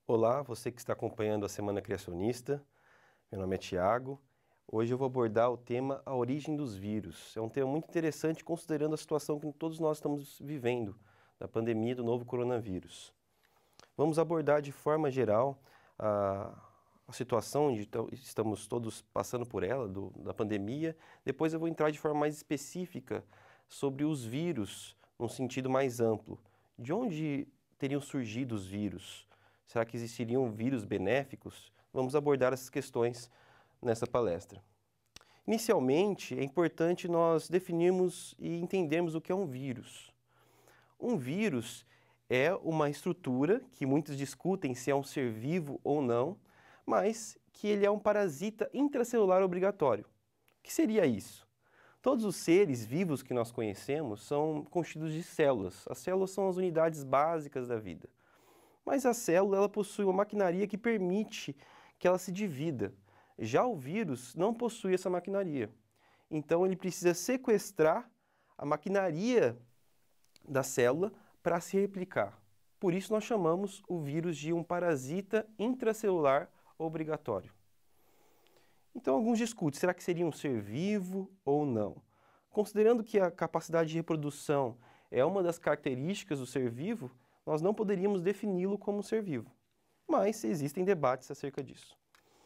Olá, você que está acompanhando a Semana Criacionista. Meu nome é Tiago. Hoje eu vou abordar o tema A Origem dos Vírus. É um tema muito interessante considerando a situação que todos nós estamos vivendo, da pandemia do novo coronavírus. Vamos abordar de forma geral a situação onde estamos todos passando por ela, da pandemia. Depois eu vou entrar de forma mais específica sobre os vírus, num sentido mais amplo. De onde teriam surgido os vírus? Será que existiriam vírus benéficos? Vamos abordar essas questões nessa palestra. Inicialmente, é importante nós definirmos e entendermos o que é um vírus. Um vírus é uma estrutura que muitos discutem se é um ser vivo ou não, mas que ele é um parasita intracelular obrigatório. O que seria isso? Todos os seres vivos que nós conhecemos são constituídos de células. As células são as unidades básicas da vida. Mas a célula ela possui uma maquinaria que permite que ela se divida. Já o vírus não possui essa maquinaria. Então ele precisa sequestrar a maquinaria da célula para se replicar. Por isso nós chamamos o vírus de um parasita intracelular obrigatório. Então alguns discutem, será que seria um ser vivo ou não? Considerando que a capacidade de reprodução é uma das características do ser vivo, nós não poderíamos defini-lo como um ser vivo. Mas existem debates acerca disso.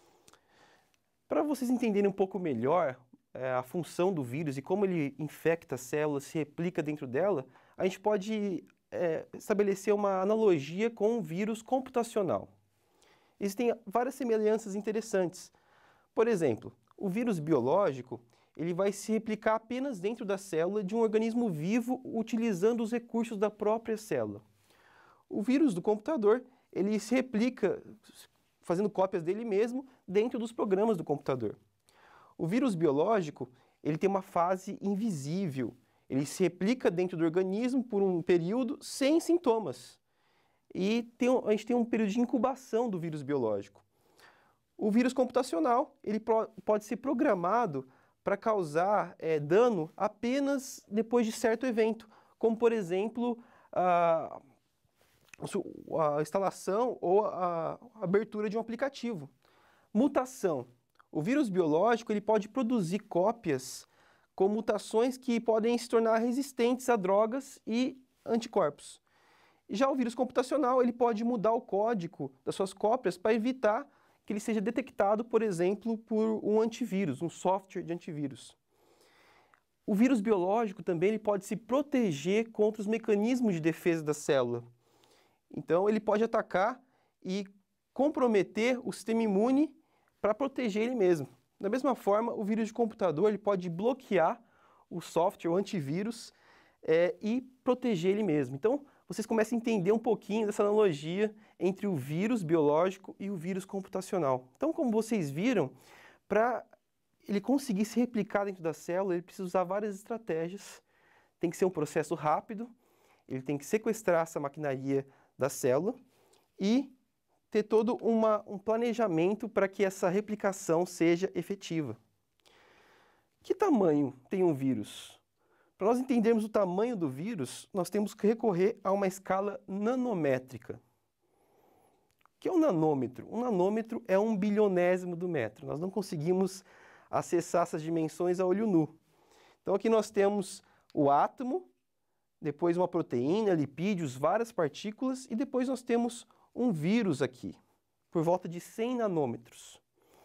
Para vocês entenderem um pouco melhor a função do vírus e como ele infecta as células, se replica dentro dela, a gente pode estabelecer uma analogia com um vírus computacional. Existem várias semelhanças interessantes. Por exemplo, o vírus biológico ele vai se replicar apenas dentro da célula de um organismo vivo utilizando os recursos da própria célula. O vírus do computador, ele se replica fazendo cópias dele mesmo dentro dos programas do computador. O vírus biológico, ele tem uma fase invisível. Ele se replica dentro do organismo por um período sem sintomas. E a gente tem um período de incubação do vírus biológico. O vírus computacional, ele pode ser programado para causar dano apenas depois de certo evento, como por exemplo a instalação ou a abertura de um aplicativo. Mutação. O vírus biológico ele pode produzir cópias com mutações que podem se tornar resistentes a drogas e anticorpos. Já o vírus computacional ele pode mudar o código das suas cópias para evitar que ele seja detectado, por exemplo, por um antivírus, um software de antivírus. O vírus biológico também ele pode se proteger contra os mecanismos de defesa da célula. Então ele pode atacar e comprometer o sistema imune para proteger ele mesmo. Da mesma forma, o vírus de computador ele pode bloquear o software, o antivírus, e proteger ele mesmo. Então vocês começam a entender um pouquinho dessa analogia entre o vírus biológico e o vírus computacional. Então, como vocês viram, para ele conseguir se replicar dentro da célula, ele precisa usar várias estratégias. Tem que ser um processo rápido, ele tem que sequestrar essa maquinaria da célula e ter todo um planejamento para que essa replicação seja efetiva. Que tamanho tem um vírus? Para nós entendermos o tamanho do vírus, nós temos que recorrer a uma escala nanométrica. O que é um nanômetro? Um nanômetro é 1/1000º do metro. Nós não conseguimos acessar essas dimensões a olho nu. Então aqui nós temos o átomo, depois uma proteína, lipídios, várias partículas e depois nós temos um vírus aqui, por volta de 100 nanômetros.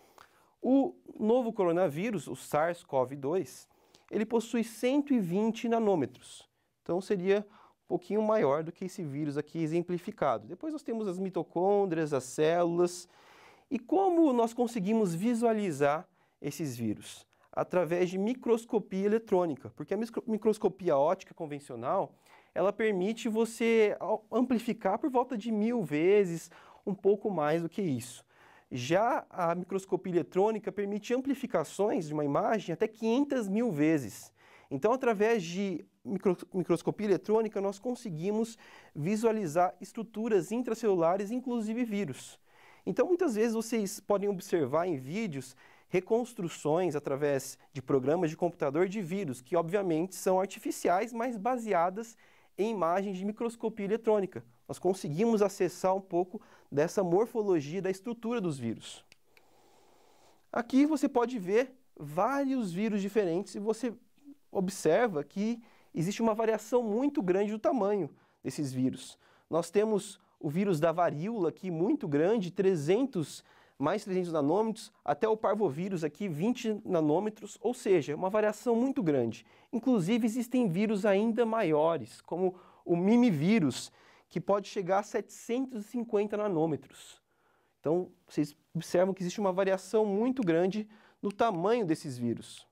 O novo coronavírus, o SARS-CoV-2, ele possui 120 nanômetros. Então seria um pouquinho maior do que esse vírus aqui exemplificado. Depois nós temos as mitocôndrias, as células. E como nós conseguimos visualizar esses vírus? Através de microscopia eletrônica, porque a microscopia óptica convencional, ela permite você amplificar por volta de 1000 vezes, um pouco mais do que isso. Já a microscopia eletrônica permite amplificações de uma imagem até 500.000 vezes. Então, através de microscopia eletrônica, nós conseguimos visualizar estruturas intracelulares, inclusive vírus. Então, muitas vezes vocês podem observar em vídeos reconstruções através de programas de computador de vírus, que obviamente são artificiais, mas baseadas em imagens de microscopia eletrônica. Nós conseguimos acessar um pouco dessa morfologia da estrutura dos vírus. Aqui você pode ver vários vírus diferentes e você observa que existe uma variação muito grande do tamanho desses vírus. Nós temos o vírus da varíola aqui muito grande, mais 300 nanômetros, até o parvovírus aqui 20 nanômetros, ou seja, uma variação muito grande. Inclusive existem vírus ainda maiores, como o mimivírus, que pode chegar a 750 nanômetros. Então, vocês observam que existe uma variação muito grande no tamanho desses vírus.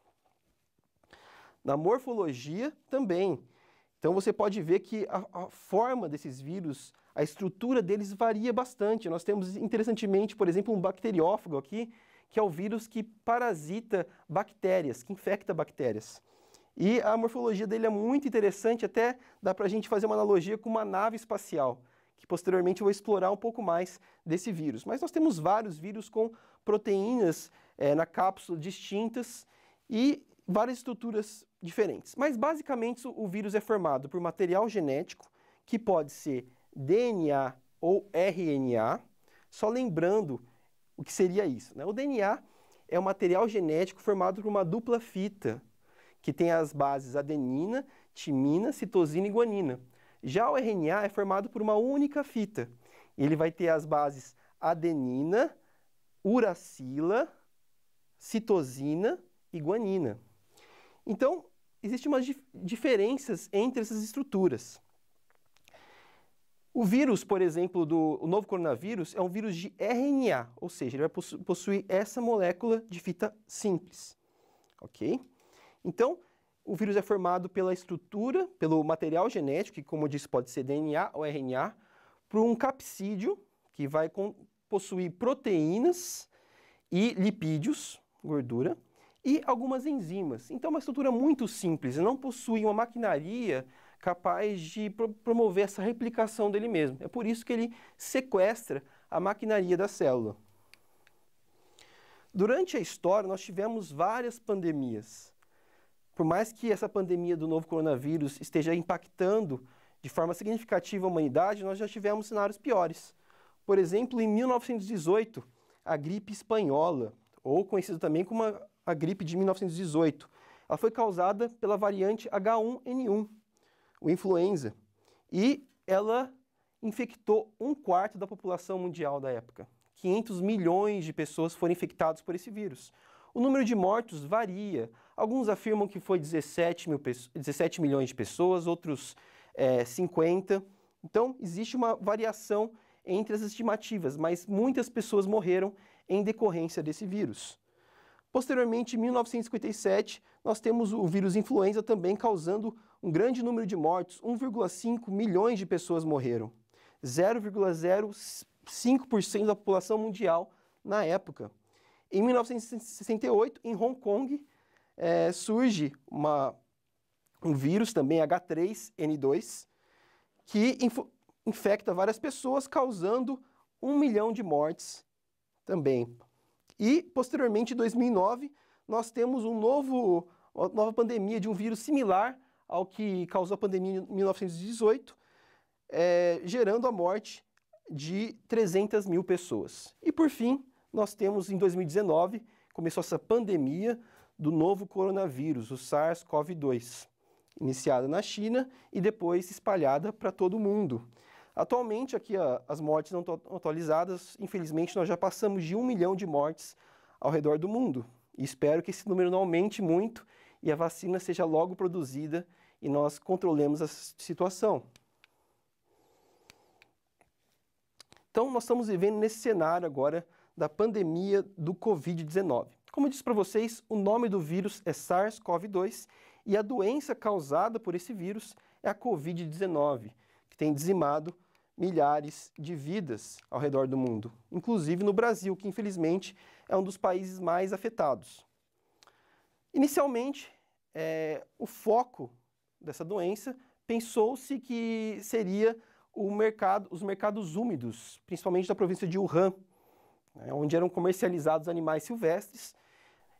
Na morfologia também. Então, você pode ver que a forma desses vírus, a estrutura deles varia bastante. Nós temos, interessantemente, por exemplo, um bacteriófago aqui, que é o vírus que parasita bactérias, que infecta bactérias. E a morfologia dele é muito interessante, até dá para a gente fazer uma analogia com uma nave espacial, que posteriormente eu vou explorar um pouco mais desse vírus. Mas nós temos vários vírus com proteínas na cápsula distintas e várias estruturas diferentes. Mas basicamente o vírus é formado por material genético, que pode ser DNA ou RNA, só lembrando o que seria isso, né? O DNA é um material genético formado por uma dupla fita, que tem as bases adenina, timina, citosina e guanina. Já o RNA é formado por uma única fita. Ele vai ter as bases adenina, uracila, citosina e guanina. Então, existem umas diferenças entre essas estruturas. O vírus, por exemplo, do novo coronavírus é um vírus de RNA, ou seja, ele vai possuir essa molécula de fita simples. Ok? Então, o vírus é formado pela estrutura, pelo material genético, que, como eu disse, pode ser DNA ou RNA, por um capsídeo, que vai possuir proteínas e lipídios, gordura, e algumas enzimas. Então, é uma estrutura muito simples, não possui uma maquinaria capaz de promover essa replicação dele mesmo. É por isso que ele sequestra a maquinaria da célula. Durante a história, nós tivemos várias pandemias. Por mais que essa pandemia do novo coronavírus esteja impactando de forma significativa a humanidade, nós já tivemos cenários piores. Por exemplo, em 1918, a gripe espanhola, ou conhecida também como a gripe de 1918, ela foi causada pela variante H1N1, o influenza, e ela infectou 1/4 da população mundial da época. 500 milhões de pessoas foram infectadas por esse vírus. O número de mortos varia. Alguns afirmam que foi 17 milhões de pessoas, outros 50. Então, existe uma variação entre as estimativas, mas muitas pessoas morreram em decorrência desse vírus. Posteriormente, em 1957, nós temos o vírus influenza também causando um grande número de mortos. 1,5 milhões de pessoas morreram. 0,05% da população mundial na época. Em 1968, em Hong Kong, surge um vírus também, H3N2, que infecta várias pessoas, causando 1 milhão de mortes também. E, posteriormente, em 2009, nós temos uma nova pandemia de um vírus similar ao que causou a pandemia em 1918, gerando a morte de 300 mil pessoas. E, por fim, nós temos, em 2019, começou essa pandemia do novo coronavírus, o SARS-CoV-2, iniciada na China e depois espalhada para todo o mundo. Atualmente, aqui as mortes não estão atualizadas, infelizmente nós já passamos de 1 milhão de mortes ao redor do mundo. E espero que esse número não aumente muito e a vacina seja logo produzida e nós controlemos a situação. Então, nós estamos vivendo nesse cenário agora da pandemia do Covid-19. Como eu disse para vocês, o nome do vírus é SARS-CoV-2 e a doença causada por esse vírus é a Covid-19, que tem dizimado milhares de vidas ao redor do mundo, inclusive no Brasil, que infelizmente é um dos países mais afetados. Inicialmente, o foco dessa doença pensou-se que seria os mercados úmidos, principalmente da província de Wuhan, onde eram comercializados animais silvestres,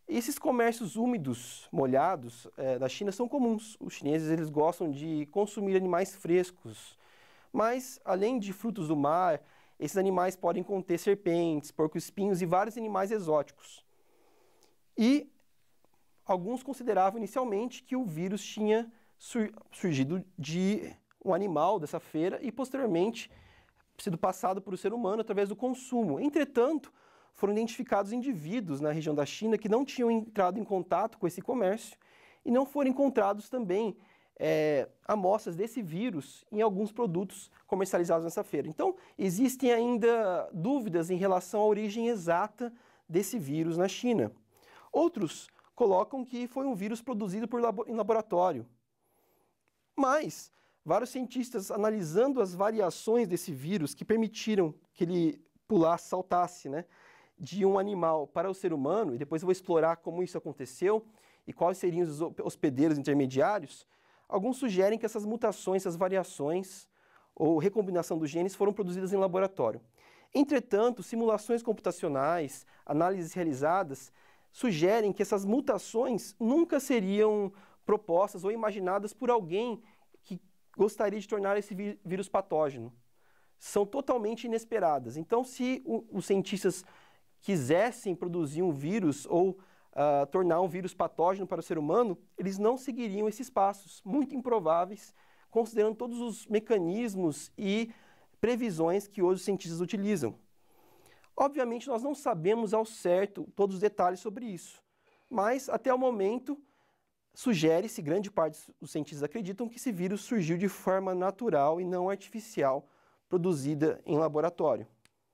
Esses comércios úmidos, molhados, da China são comuns. Os chineses eles gostam de consumir animais frescos, mas além de frutos do mar, esses animais podem conter serpentes, porco-espinhos e vários animais exóticos. E alguns consideravam inicialmente que o vírus tinha surgido de um animal dessa feira e posteriormente sido passado por o ser humano através do consumo. Entretanto, foram identificados indivíduos na região da China que não tinham entrado em contato com esse comércio e não foram encontrados também amostras desse vírus em alguns produtos comercializados nessa feira. Então, existem ainda dúvidas em relação à origem exata desse vírus na China. Outros colocam que foi um vírus produzido em laboratório. Mas vários cientistas, analisando as variações desse vírus que permitiram que ele pulasse, saltasse, né, de um animal para o ser humano, e depois eu vou explorar como isso aconteceu e quais seriam os hospedeiros intermediários, alguns sugerem que essas mutações, essas variações ou recombinação dos genes foram produzidas em laboratório. Entretanto, simulações computacionais, análises realizadas, sugerem que essas mutações nunca seriam propostas ou imaginadas por alguém que gostaria de tornar esse vírus patógeno. São totalmente inesperadas. Então, se os cientistas quisessem produzir um vírus ou tornar um vírus patógeno para o ser humano, eles não seguiriam esses passos, muito improváveis, considerando todos os mecanismos e previsões que hoje os cientistas utilizam. Obviamente, nós não sabemos ao certo todos os detalhes sobre isso, mas até o momento sugere-se, grande parte dos cientistas acreditam, que esse vírus surgiu de forma natural e não artificial, produzida em laboratório.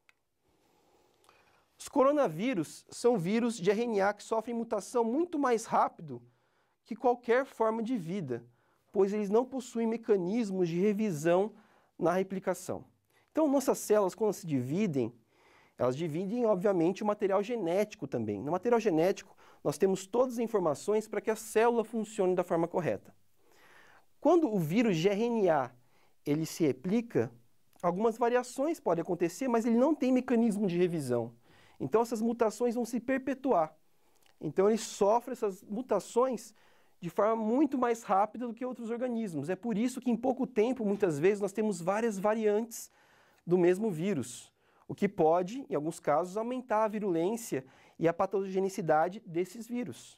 Os coronavírus são vírus de RNA que sofrem mutação muito mais rápido que qualquer forma de vida, pois eles não possuem mecanismos de revisão na replicação. Então, nossas células, quando se dividem, elas dividem, obviamente, o material genético também. No material genético, nós temos todas as informações para que a célula funcione da forma correta. Quando o vírus de RNA ele se replica, algumas variações podem acontecer, mas ele não tem mecanismo de revisão. Então, essas mutações vão se perpetuar. Então, ele sofre essas mutações de forma muito mais rápida do que outros organismos. É por isso que, em pouco tempo, muitas vezes, nós temos várias variantes do mesmo vírus, o que pode, em alguns casos, aumentar a virulência e a patogenicidade desses vírus.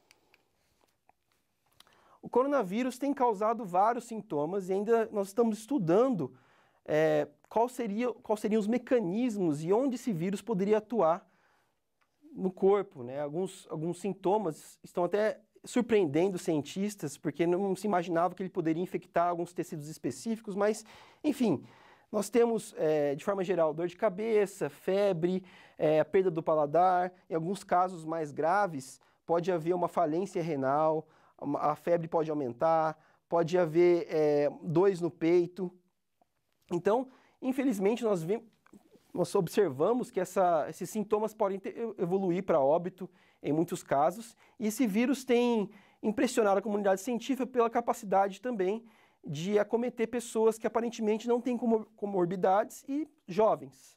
O coronavírus tem causado vários sintomas e ainda nós estamos estudando quais seriam os mecanismos e onde esse vírus poderia atuar no corpo, né? Alguns sintomas estão até surpreendendo os cientistas, porque não se imaginava que ele poderia infectar alguns tecidos específicos, mas, enfim, nós temos, de forma geral, dor de cabeça, febre, a perda do paladar. Em alguns casos mais graves, pode haver uma falência renal, a febre pode aumentar, pode haver dores no peito. Então, infelizmente, nós observamos que esses sintomas podem evoluir para óbito em muitos casos, e esse vírus tem impressionado a comunidade científica pela capacidade também de acometer pessoas que aparentemente não têm comorbidades e jovens.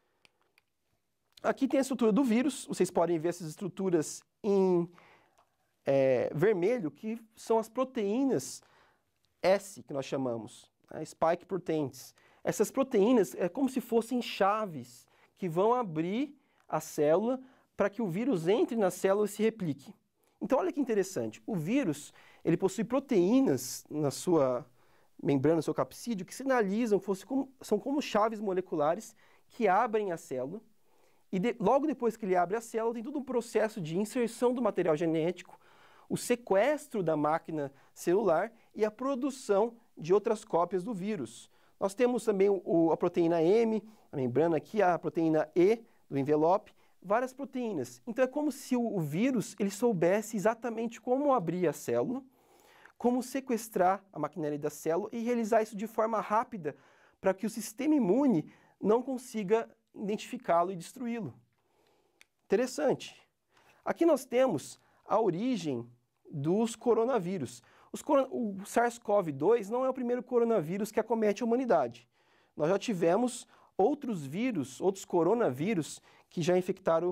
Aqui tem a estrutura do vírus, vocês podem ver essas estruturas em vermelho, que são as proteínas S, que nós chamamos, spike proteins. Essas proteínas é como se fossem chaves que vão abrir a célula para que o vírus entre na célula e se replique. Então, olha que interessante. O vírus, ele possui proteínas na sua membrana, no seu capsídeo, que sinalizam, são como chaves moleculares que abrem a célula. E logo depois que ele abre a célula, tem todo um processo de inserção do material genético, o sequestro da máquina celular e a produção de outras cópias do vírus. Nós temos também a proteína M, a membrana aqui, a proteína E do envelope, várias proteínas. Então é como se o vírus ele soubesse exatamente como abrir a célula, como sequestrar a maquinária da célula e realizar isso de forma rápida para que o sistema imune não consiga identificá-lo e destruí-lo. Interessante. Aqui nós temos a origem dos coronavírus. O SARS-CoV-2 não é o primeiro coronavírus que acomete a humanidade. Nós já tivemos outros vírus, outros coronavírus, que já infectaram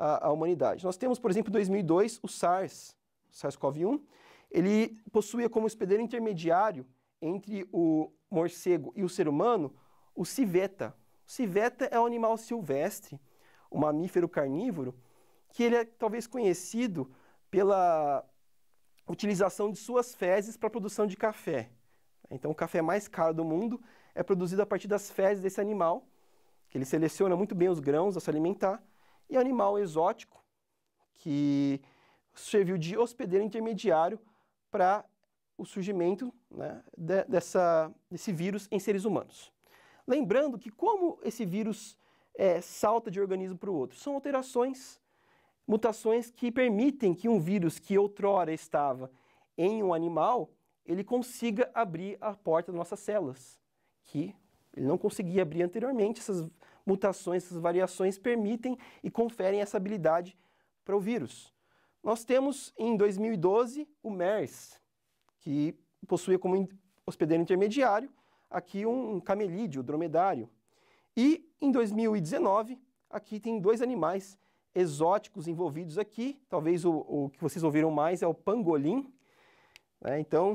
à humanidade. Nós temos, por exemplo, em 2002, o SARS-CoV-1, ele possuía como hospedeiro intermediário entre o morcego e o ser humano o civeta. O civeta é um animal silvestre, um mamífero carnívoro, que ele é talvez conhecido pela utilização de suas fezes para a produção de café. Então, o café mais caro do mundo é produzido a partir das fezes desse animal, que ele seleciona muito bem os grãos a se alimentar, e é um animal exótico que serviu de hospedeiro intermediário para o surgimento, né, desse vírus em seres humanos. Lembrando que como esse vírus salta de um organismo para o outro, são alterações, mutações que permitem que um vírus que outrora estava em um animal, ele consiga abrir a porta das nossas células, que ele não conseguia abrir anteriormente. Essas mutações, essas variações permitem e conferem essa habilidade para o vírus. Nós temos em 2012 o MERS, que possuía como hospedeiro intermediário aqui um camelídeo, dromedário. E em 2019, aqui tem dois animais exóticos envolvidos aqui. Talvez o que vocês ouviram mais é o pangolim. Então,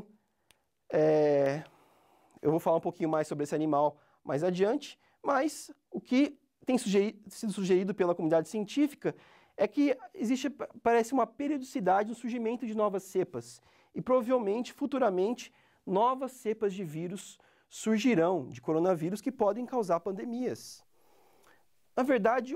eu vou falar um pouquinho mais sobre esse animal mais adiante, mas o que tem sido sugerido pela comunidade científica é que parece uma periodicidade no surgimento de novas cepas e provavelmente, futuramente, novas cepas de vírus surgirão, de coronavírus, que podem causar pandemias. Na verdade,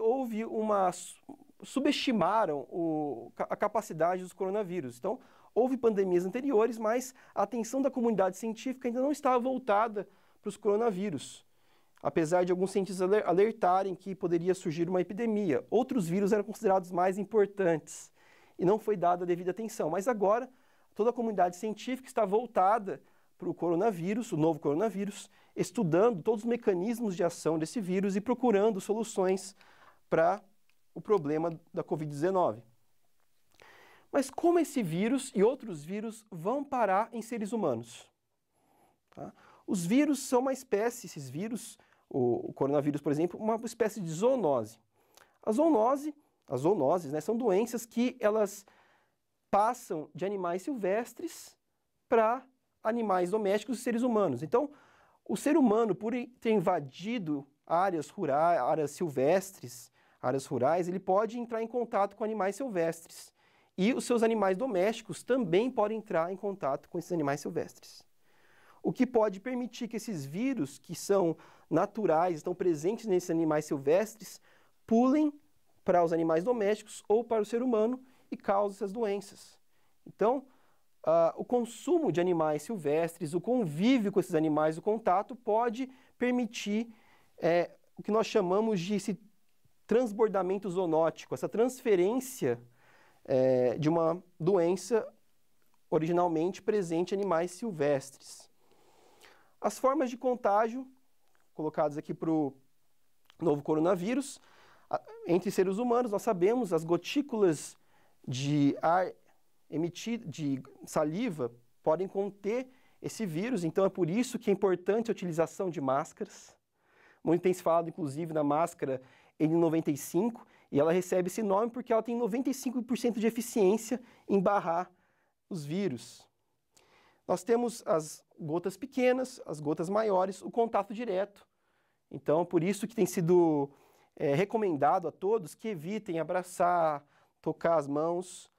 subestimaram a capacidade dos coronavírus. Então, houve pandemias anteriores, mas a atenção da comunidade científica ainda não estava voltada para os coronavírus. Apesar de alguns cientistas alertarem que poderia surgir uma epidemia, outros vírus eram considerados mais importantes e não foi dada a devida atenção. Mas agora, toda a comunidade científica está voltada para o coronavírus, o novo coronavírus, estudando todos os mecanismos de ação desse vírus e procurando soluções para o problema da Covid-19. Mas como esse vírus e outros vírus vão parar em seres humanos? Tá? Os vírus são uma espécie, esses vírus, o coronavírus, por exemplo, uma espécie de zoonose. As zoonoses, né, são doenças que elas passam de animais silvestres para animais domésticos e seres humanos. Então, o ser humano, por ter invadido áreas rurais, áreas silvestres, áreas rurais, ele pode entrar em contato com animais silvestres. E os seus animais domésticos também podem entrar em contato com esses animais silvestres. O que pode permitir que esses vírus, que são naturais, estão presentes nesses animais silvestres, pulem para os animais domésticos ou para o ser humano e causem essas doenças. Então, o consumo de animais silvestres, o convívio com esses animais, o contato, pode permitir o que nós chamamos de esse transbordamento zoonótico, essa transferência de uma doença originalmente presente em animais silvestres. As formas de contágio, colocadas aqui para o novo coronavírus, entre seres humanos, nós sabemos, as gotículas de ar emitido, de saliva, podem conter esse vírus, então é por isso que é importante a utilização de máscaras. Muito tem se falado, inclusive, na máscara N95, e ela recebe esse nome porque ela tem 95% de eficiência em barrar os vírus. Nós temos as gotas pequenas, as gotas maiores, o contato direto. Então, por isso que tem sido recomendado a todos que evitem abraçar, tocar as mãos.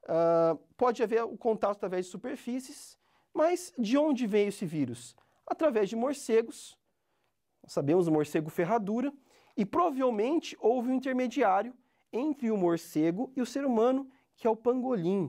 Pode haver o contato através de superfícies, mas de onde veio esse vírus? Através de morcegos. Nós sabemos o morcego ferradura, e provavelmente houve um intermediário entre o morcego e o ser humano, que é o pangolim.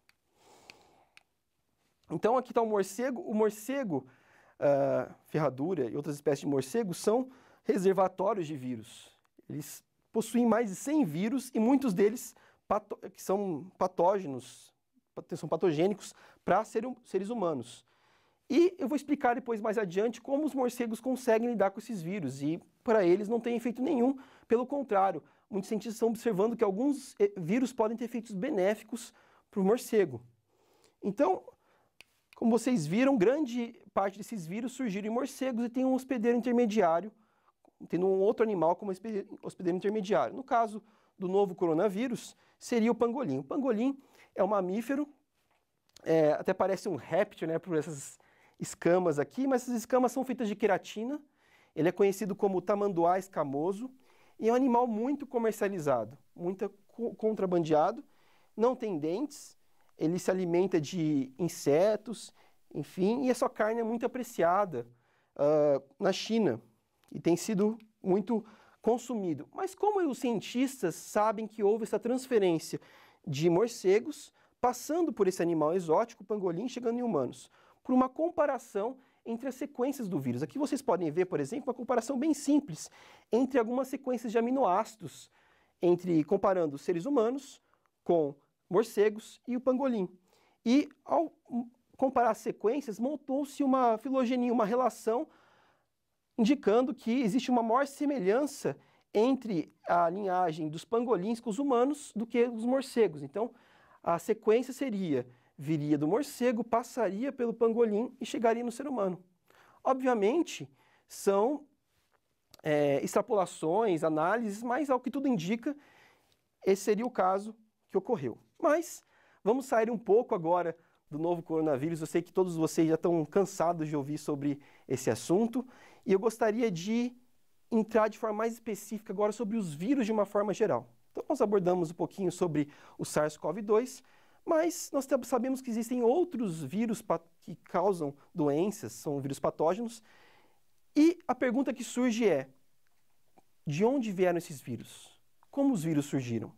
Então aqui está o morcego ferradura e outras espécies de morcegos são reservatórios de vírus. Eles possuem mais de 100 vírus e muitos deles que são patógenos, são patogênicos para seres humanos. E eu vou explicar depois, mais adiante, como os morcegos conseguem lidar com esses vírus. E para eles não tem efeito nenhum, pelo contrário, muitos cientistas estão observando que alguns vírus podem ter efeitos benéficos para o morcego. Então, como vocês viram, grande parte desses vírus surgiram em morcegos e tem um hospedeiro intermediário, tendo um outro animal como hospedeiro intermediário. No caso do novo coronavírus seria o pangolim. O pangolim é um mamífero, até parece um réptil, né, por essas escamas aqui, mas essas escamas são feitas de queratina. Ele é conhecido como tamanduá escamoso e é um animal muito comercializado, muito contrabandeado, não tem dentes, ele se alimenta de insetos, enfim, e a sua carne é muito apreciada na China e tem sido muito consumido. Mas como os cientistas sabem que houve essa transferência de morcegos passando por esse animal exótico, o pangolim, chegando em humanos, por uma comparação entre as sequências do vírus. Aqui vocês podem ver, por exemplo, uma comparação bem simples entre algumas sequências de aminoácidos, comparando os seres humanos com morcegos e o pangolim. E ao comparar as sequências, montou-se uma filogenia, uma relação indicando que existe uma maior semelhança entre a linhagem dos pangolins com os humanos do que os morcegos. Então, a sequência viria do morcego, passaria pelo pangolim e chegaria no ser humano. Obviamente, são extrapolações, análises, mas ao que tudo indica, esse seria o caso que ocorreu. Mas vamos sair um pouco agora do novo coronavírus. Eu sei que todos vocês já estão cansados de ouvir sobre esse assunto e eu gostaria de entrar de forma mais específica agora sobre os vírus de uma forma geral. Então, nós abordamos um pouquinho sobre o SARS-CoV-2, mas nós sabemos que existem outros vírus que causam doenças, são vírus patógenos, e a pergunta que surge é: de onde vieram esses vírus? Como os vírus surgiram?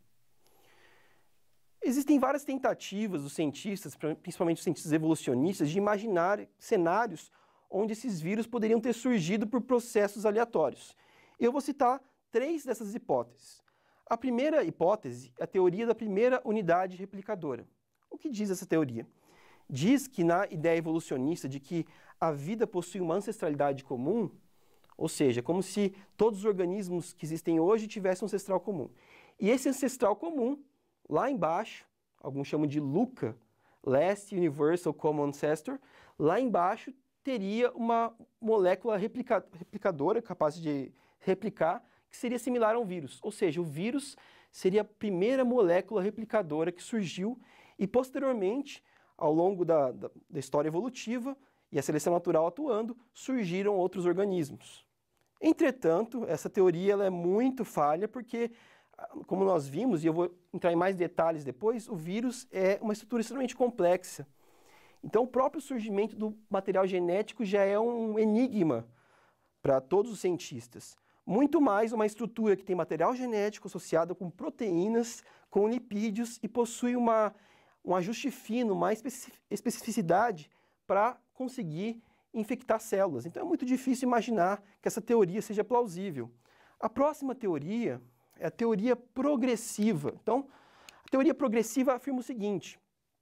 Existem várias tentativas dos cientistas, principalmente os cientistas evolucionistas, de imaginar cenários onde esses vírus poderiam ter surgido por processos aleatórios. Eu vou citar 3 dessas hipóteses. A primeira hipótese é a teoria da primeira unidade replicadora. O que diz essa teoria? Diz que na ideia evolucionista de que a vida possui uma ancestralidade comum, ou seja, como se todos os organismos que existem hoje tivessem um ancestral comum. E esse ancestral comum, lá embaixo, alguns chamam de LUCA, Last Universal Common Ancestor, lá embaixo teria uma molécula replicadora capaz de replicar, que seria similar a um vírus. Ou seja, o vírus seria a primeira molécula replicadora que surgiu e, posteriormente, ao longo da história evolutiva e a seleção natural atuando, surgiram outros organismos. Entretanto, essa teoria ela é muito falha porque, como nós vimos, e eu vou entrar em mais detalhes depois, o vírus é uma estrutura extremamente complexa. Então, o próprio surgimento do material genético já é um enigma para todos os cientistas. Muito mais uma estrutura que tem material genético associado com proteínas, com lipídios e possui um ajuste fino, uma especificidade para conseguir infectar células. Então, é muito difícil imaginar que essa teoria seja plausível. A próxima teoria é a teoria progressiva. Então, a teoria progressiva afirma o seguinte: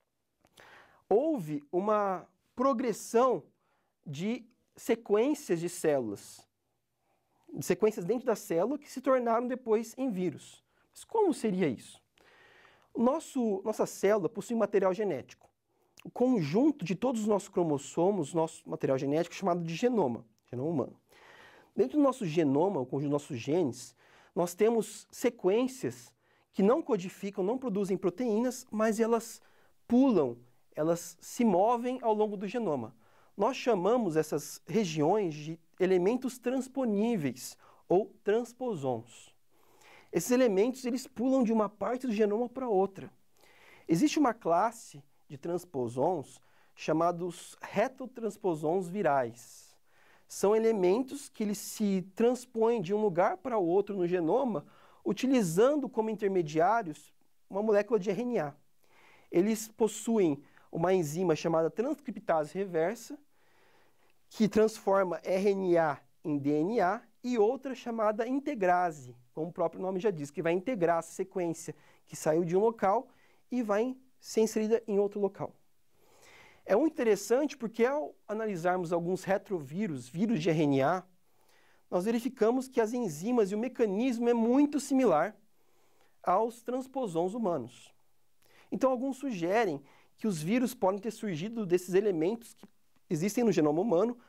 houve uma progressão de sequências de células, de sequências dentro da célula que se tornaram depois em vírus. Mas como seria isso? Nossa célula possui material genético. O conjunto de todos os nossos cromossomos, nosso material genético, chamado de genoma humano. Dentro do nosso genoma, o conjunto dos nossos genes, nós temos sequências que não codificam, não produzem proteínas, mas elas pulam, elas se movem ao longo do genoma. Nós chamamos essas regiões de elementos transponíveis ou transposons. Esses elementos eles pulam de uma parte do genoma para outra. Existe uma classe de transposons chamados retrotransposons virais. São elementos que eles se transpõem de um lugar para outro no genoma, utilizando como intermediários uma molécula de RNA. Eles possuem uma enzima chamada transcriptase reversa, que transforma RNA em DNA, e outra chamada integrase, como o próprio nome já diz, que vai integrar essa sequência que saiu de um local e vai ser inserida em outro local. É muito interessante porque ao analisarmos alguns retrovírus, vírus de RNA, nós verificamos que as enzimas e o mecanismo é muito similar aos transposons humanos. Então, alguns sugerem que os vírus podem ter surgido desses elementos que existem no genoma humano.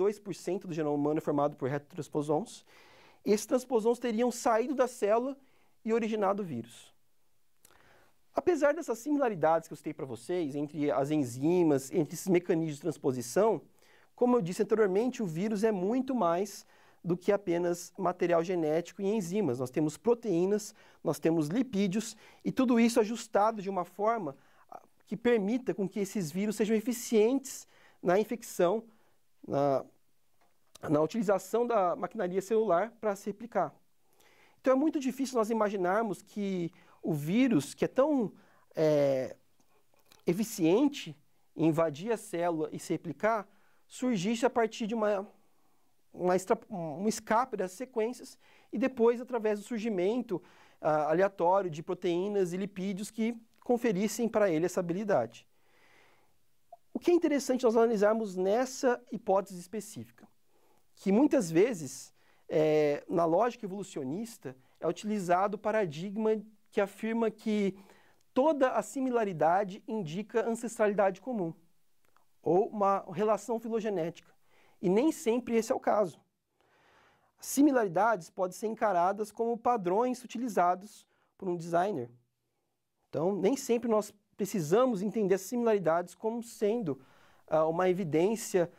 42% do genoma humano é formado por retrotransposons. Esses transposons teriam saído da célula e originado o vírus. Apesar dessas similaridades que eu citei para vocês, entre as enzimas, entre esses mecanismos de transposição, como eu disse anteriormente, o vírus é muito mais do que apenas material genético e enzimas. Nós temos proteínas, nós temos lipídios, e tudo isso ajustado de uma forma que permita com que esses vírus sejam eficientes na infecção, na utilização da maquinaria celular para se replicar. Então é muito difícil nós imaginarmos que o vírus, que é tão eficiente em invadir a célula e se replicar, surgisse a partir de um escape das sequências e depois através do surgimento aleatório de proteínas e lipídios que conferissem para ele essa habilidade. O que é interessante nós analisarmos nessa hipótese específica? Que muitas vezes, na lógica evolucionista, é utilizado o paradigma que afirma que toda a similaridade indica ancestralidade comum, ou uma relação filogenética. E nem sempre esse é o caso. Similaridades podem ser encaradas como padrões utilizados por um designer. Então, nem sempre nós precisamos entender as similaridades como sendo uma evidência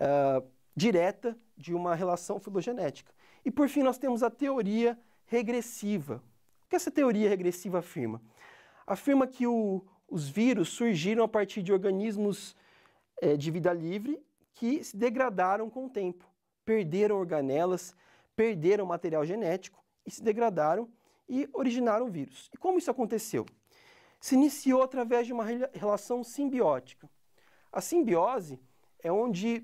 direta de uma relação filogenética. E, por fim, nós temos a teoria regressiva. O que essa teoria regressiva afirma? Afirma que os vírus surgiram a partir de organismos de vida livre que se degradaram com o tempo, perderam organelas, perderam material genético e se degradaram e originaram o vírus. E como isso aconteceu? Se iniciou através de uma relação simbiótica. A simbiose é onde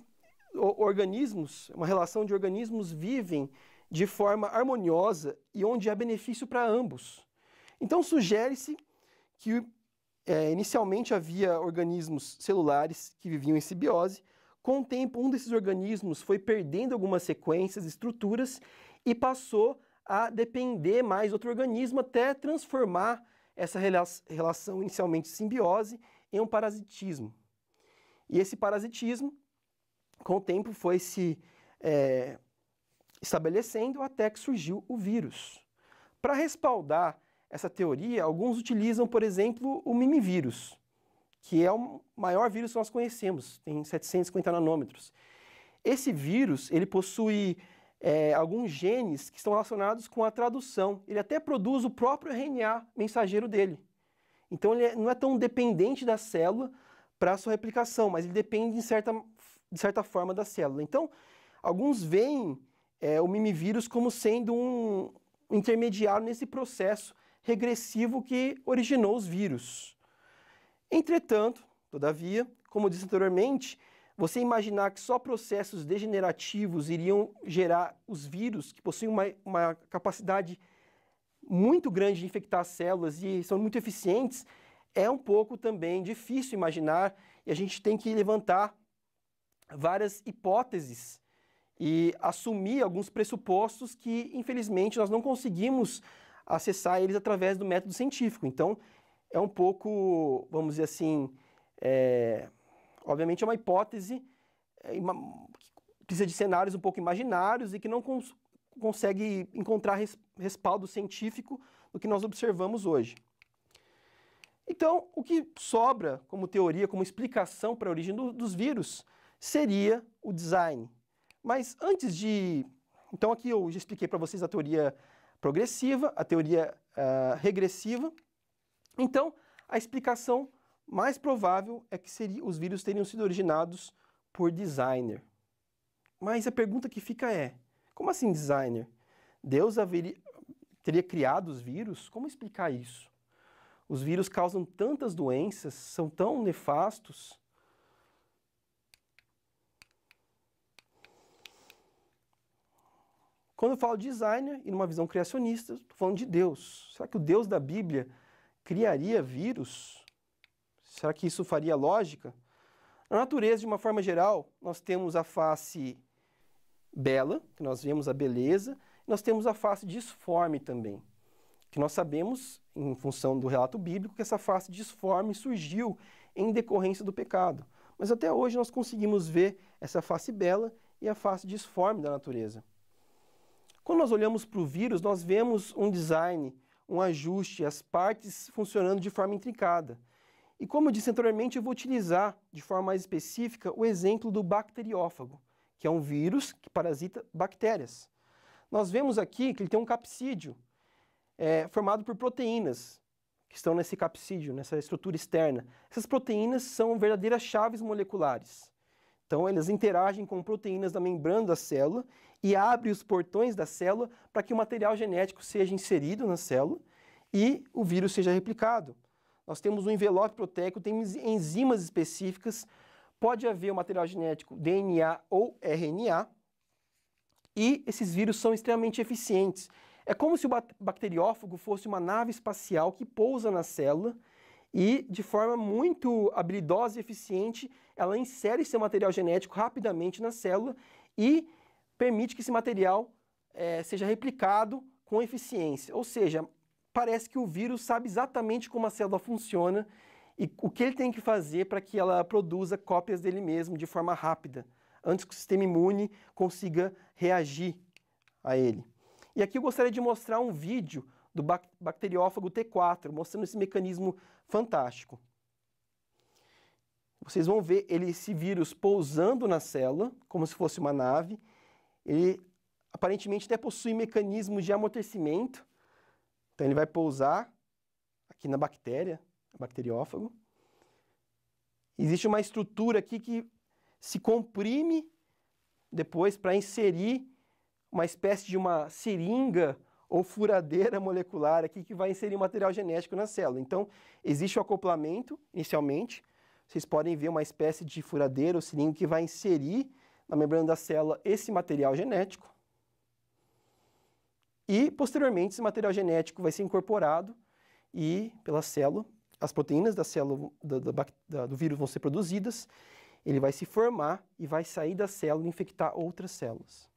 uma relação de organismos vivem de forma harmoniosa e onde há benefício para ambos. Então sugere-se que inicialmente havia organismos celulares que viviam em simbiose. Com o tempo, um desses organismos foi perdendo algumas sequências, estruturas, e passou a depender mais do outro organismo até transformar essa relação inicialmente de simbiose em um parasitismo. E esse parasitismo, com o tempo, foi se estabelecendo até que surgiu o vírus. Para respaldar essa teoria, alguns utilizam, por exemplo, o mimivírus, que é o maior vírus que nós conhecemos, tem 750 nanômetros. Esse vírus, ele possui alguns genes que estão relacionados com a tradução. Ele até produz o próprio RNA mensageiro dele. Então, ele não é tão dependente da célula para a sua replicação, mas ele depende, de certa forma, da célula. Então, alguns veem o mimivírus como sendo um intermediário nesse processo regressivo que originou os vírus. Entretanto, todavia, como disse anteriormente, você imaginar que só processos degenerativos iriam gerar os vírus, que possuem uma capacidade muito grande de infectar células e são muito eficientes, é um pouco também difícil imaginar, e a gente tem que levantar várias hipóteses e assumir alguns pressupostos que, infelizmente, nós não conseguimos acessar eles através do método científico. Então, é um pouco, vamos dizer assim, obviamente é uma hipótese que precisa de cenários um pouco imaginários e que não consegue encontrar respaldo científico no que nós observamos hoje. Então, o que sobra como teoria, como explicação para a origem dos vírus, seria o design. Mas antes de... Então, aqui eu já expliquei para vocês a teoria progressiva, a teoria regressiva. Então, a explicação mais provável é que os vírus teriam sido originados por designer. Mas a pergunta que fica é, como assim designer? Deus teria criado os vírus? Como explicar isso? Os vírus causam tantas doenças, são tão nefastos. Quando eu falo de designer e numa visão criacionista, estou falando de Deus. Será que o Deus da Bíblia criaria vírus? Será que isso faria lógica? Na natureza, de uma forma geral, nós temos a face bela, que nós vemos a beleza, e nós temos a face disforme também, que nós sabemos, em função do relato bíblico, que essa face disforme surgiu em decorrência do pecado. Mas até hoje nós conseguimos ver essa face bela e a face disforme da natureza. Quando nós olhamos para o vírus, nós vemos um design um ajuste, as partes funcionando de forma intrincada. E como eu disse anteriormente, eu vou utilizar de forma mais específica o exemplo do bacteriófago, que é um vírus que parasita bactérias. Nós vemos aqui que ele tem um capsídeo formado por proteínas que estão nesse capsídeo, nessa estrutura externa. Essas proteínas são verdadeiras chaves moleculares. Então, elas interagem com proteínas da membrana da célula e abrem os portões da célula para que o material genético seja inserido na célula e o vírus seja replicado. Nós temos um envelope proteico, temos enzimas específicas, pode haver o material genético DNA ou RNA, e esses vírus são extremamente eficientes. É como se o bacteriófago fosse uma nave espacial que pousa na célula e, de forma muito habilidosa e eficiente, ela insere seu material genético rapidamente na célula e permite que esse material seja replicado com eficiência. Ou seja, parece que o vírus sabe exatamente como a célula funciona e o que ele tem que fazer para que ela produza cópias dele mesmo de forma rápida, antes que o sistema imune consiga reagir a ele. E aqui eu gostaria de mostrar um vídeo do bacteriófago T4, mostrando esse mecanismo fantástico. Vocês vão ver esse vírus pousando na célula, como se fosse uma nave. Ele aparentemente até possui mecanismos de amortecimento. Então ele vai pousar aqui na bactéria, bacteriófago. Existe uma estrutura aqui que se comprime depois para inserir uma espécie de uma seringa ou furadeira molecular aqui que vai inserir material genético na célula. Então, existe o acoplamento inicialmente. Vocês podem ver uma espécie de furadeira ou seringa que vai inserir na membrana da célula esse material genético. E, posteriormente, esse material genético vai ser incorporado e, pela célula, as proteínas da célula do vírus vão ser produzidas, ele vai se formar e vai sair da célula e infectar outras células.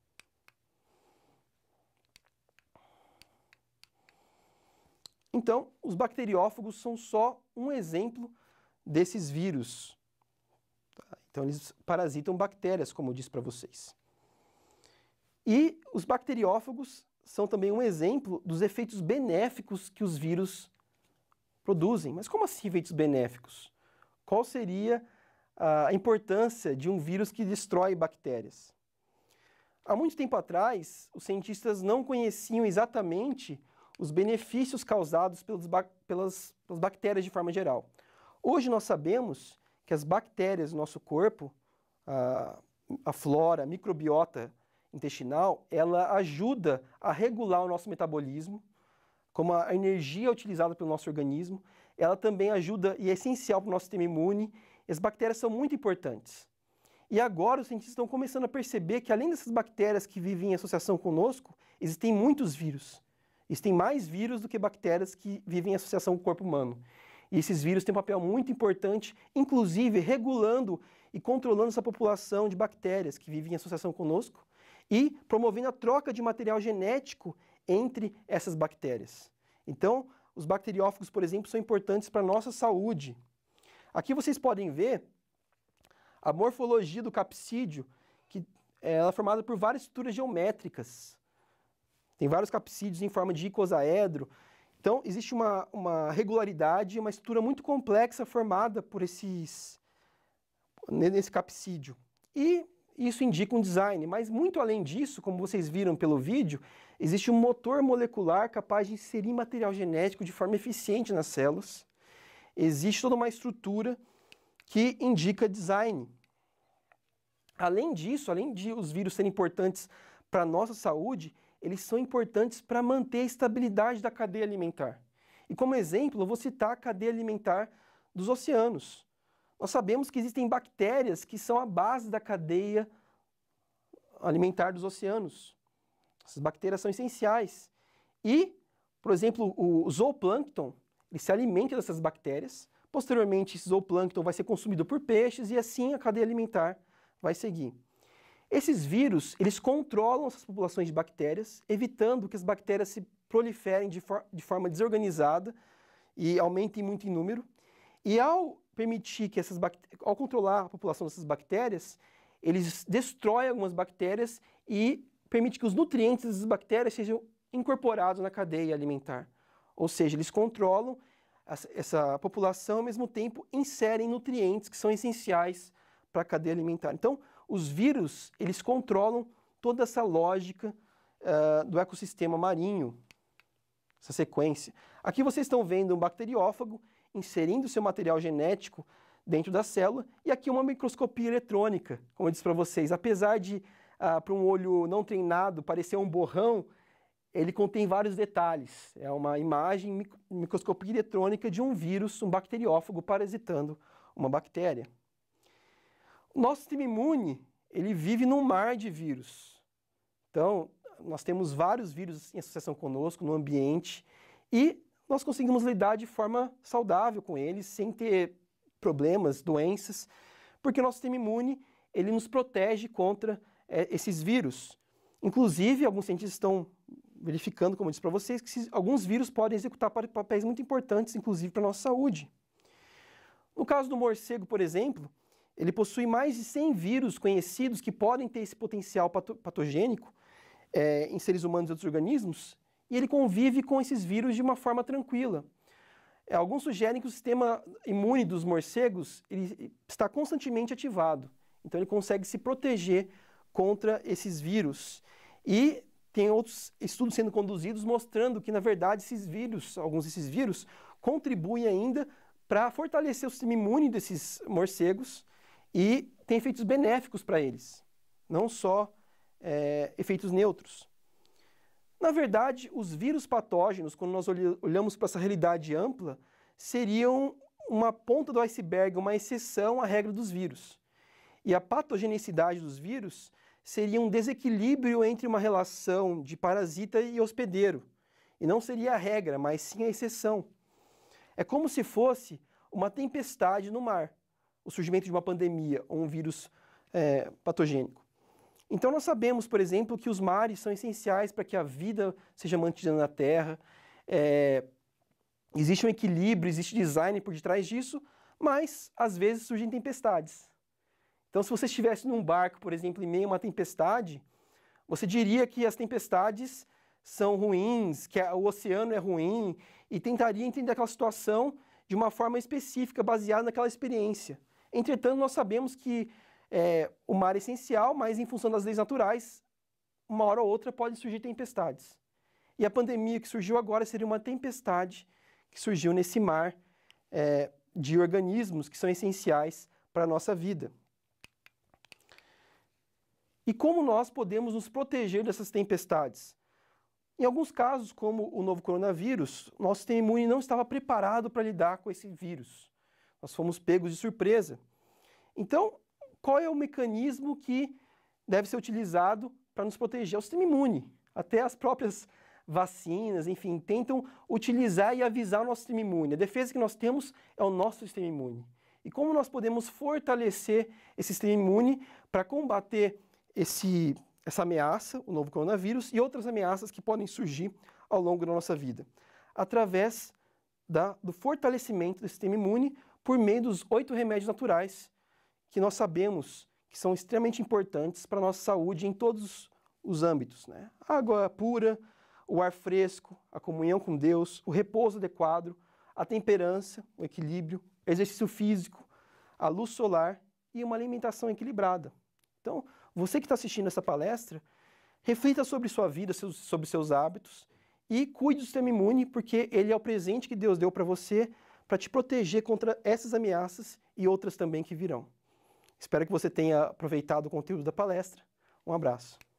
Então, os bacteriófagos são só um exemplo desses vírus. Então, eles parasitam bactérias, como eu disse para vocês. E os bacteriófagos são também um exemplo dos efeitos benéficos que os vírus produzem. Mas como assim efeitos benéficos? Qual seria a importância de um vírus que destrói bactérias? Há muito tempo atrás, os cientistas não conheciam exatamente os benefícios causados pelas bactérias de forma geral. Hoje nós sabemos que as bactérias do nosso corpo, a flora, a microbiota intestinal, ela ajuda a regular o nosso metabolismo, como a energia utilizada pelo nosso organismo, ela também ajuda e é essencial para o nosso sistema imune. As bactérias são muito importantes. E agora os cientistas estão começando a perceber que além dessas bactérias que vivem em associação conosco, existem muitos vírus. Existem mais vírus do que bactérias que vivem em associação com o corpo humano. E esses vírus têm um papel muito importante, inclusive regulando e controlando essa população de bactérias que vivem em associação conosco e promovendo a troca de material genético entre essas bactérias. Então, os bacteriófagos, por exemplo, são importantes para a nossa saúde. Aqui vocês podem ver a morfologia do capsídeo, que ela é formada por várias estruturas geométricas. Tem vários capsídeos em forma de icosaedro. Então, existe uma regularidade, uma estrutura muito complexa formada por nesse capsídeo. E isso indica um design, mas muito além disso, como vocês viram pelo vídeo, existe um motor molecular capaz de inserir material genético de forma eficiente nas células. Existe toda uma estrutura que indica design. Além disso, além de os vírus serem importantes para a nossa saúde, eles são importantes para manter a estabilidade da cadeia alimentar. E como exemplo, eu vou citar a cadeia alimentar dos oceanos. Nós sabemos que existem bactérias que são a base da cadeia alimentar dos oceanos. Essas bactérias são essenciais. E, por exemplo, o zooplâncton, ele se alimenta dessas bactérias. Posteriormente, esse zooplâncton vai ser consumido por peixes e assim a cadeia alimentar vai seguir. Esses vírus, eles controlam essas populações de bactérias, evitando que as bactérias se proliferem de forma desorganizada e aumentem muito em número. E ao permitir que ao controlar a população dessas bactérias, eles destroem algumas bactérias e permitem que os nutrientes dessas bactérias sejam incorporados na cadeia alimentar. Ou seja, eles controlam essa população, ao mesmo tempo inserem nutrientes que são essenciais para a cadeia alimentar. Então, os vírus, eles controlam toda essa lógica do ecossistema marinho, essa sequência. Aqui vocês estão vendo um bacteriófago inserindo seu material genético dentro da célula, e aqui uma microscopia eletrônica, como eu disse para vocês. Apesar de, para um olho não treinado, parecer um borrão, ele contém vários detalhes. É uma imagem, microscopia eletrônica de um vírus, um bacteriófago parasitando uma bactéria. O nosso sistema imune, ele vive num mar de vírus. Então, nós temos vários vírus em associação conosco no ambiente e nós conseguimos lidar de forma saudável com eles, sem ter problemas, doenças, porque o nosso sistema imune, ele nos protege contra esses vírus. Inclusive, alguns cientistas estão verificando, como eu disse para vocês, que alguns vírus podem executar papéis muito importantes, inclusive para a nossa saúde. No caso do morcego, por exemplo, ele possui mais de 100 vírus conhecidos que podem ter esse potencial patogênico em seres humanos e outros organismos, e ele convive com esses vírus de uma forma tranquila. Alguns sugerem que o sistema imune dos morcegos ele está constantemente ativado, então ele consegue se proteger contra esses vírus. E tem outros estudos sendo conduzidos mostrando que, na verdade, alguns desses vírus, contribuem ainda para fortalecer o sistema imune desses morcegos e tem efeitos benéficos para eles, não só efeitos neutros. Na verdade, os vírus patógenos, quando nós olhamos para essa realidade ampla, seriam uma ponta do iceberg, uma exceção à regra dos vírus. E a patogenicidade dos vírus seria um desequilíbrio entre uma relação de parasita e hospedeiro. E não seria a regra, mas sim a exceção. É como se fosse uma tempestade no mar, o surgimento de uma pandemia ou um vírus patogênico. Então nós sabemos, por exemplo, que os mares são essenciais para que a vida seja mantida na Terra. Existe um equilíbrio, existe design por detrás disso, mas às vezes surgem tempestades. Então, se você estivesse num barco, por exemplo, em meio a uma tempestade, você diria que as tempestades são ruins, que o oceano é ruim, e tentaria entender aquela situação de uma forma específica, baseada naquela experiência. Entretanto, nós sabemos que o mar é essencial, mas em função das leis naturais, uma hora ou outra podem surgir tempestades. E a pandemia que surgiu agora seria uma tempestade que surgiu nesse mar de organismos que são essenciais para a nossa vida. E como nós podemos nos proteger dessas tempestades? Em alguns casos, como o novo coronavírus, nosso sistema imune não estava preparado para lidar com esse vírus. Nós fomos pegos de surpresa. Então, qual é o mecanismo que deve ser utilizado para nos proteger? É o sistema imune. Até as próprias vacinas, enfim, tentam utilizar e avisar o nosso sistema imune. A defesa que nós temos é o nosso sistema imune. E como nós podemos fortalecer esse sistema imune para combater essa ameaça, o novo coronavírus, e outras ameaças que podem surgir ao longo da nossa vida? Através do fortalecimento do sistema imune por meio dos 8 remédios naturais que nós sabemos que são extremamente importantes para a nossa saúde em todos os âmbitos, né? A água pura, o ar fresco, a comunhão com Deus, o repouso adequado, a temperança, o equilíbrio, exercício físico, a luz solar e uma alimentação equilibrada. Então, você que está assistindo essa palestra, reflita sobre sua vida, sobre seus hábitos e cuide do sistema imune, porque ele é o presente que Deus deu para você para te proteger contra essas ameaças e outras também que virão. Espero que você tenha aproveitado o conteúdo da palestra. Um abraço.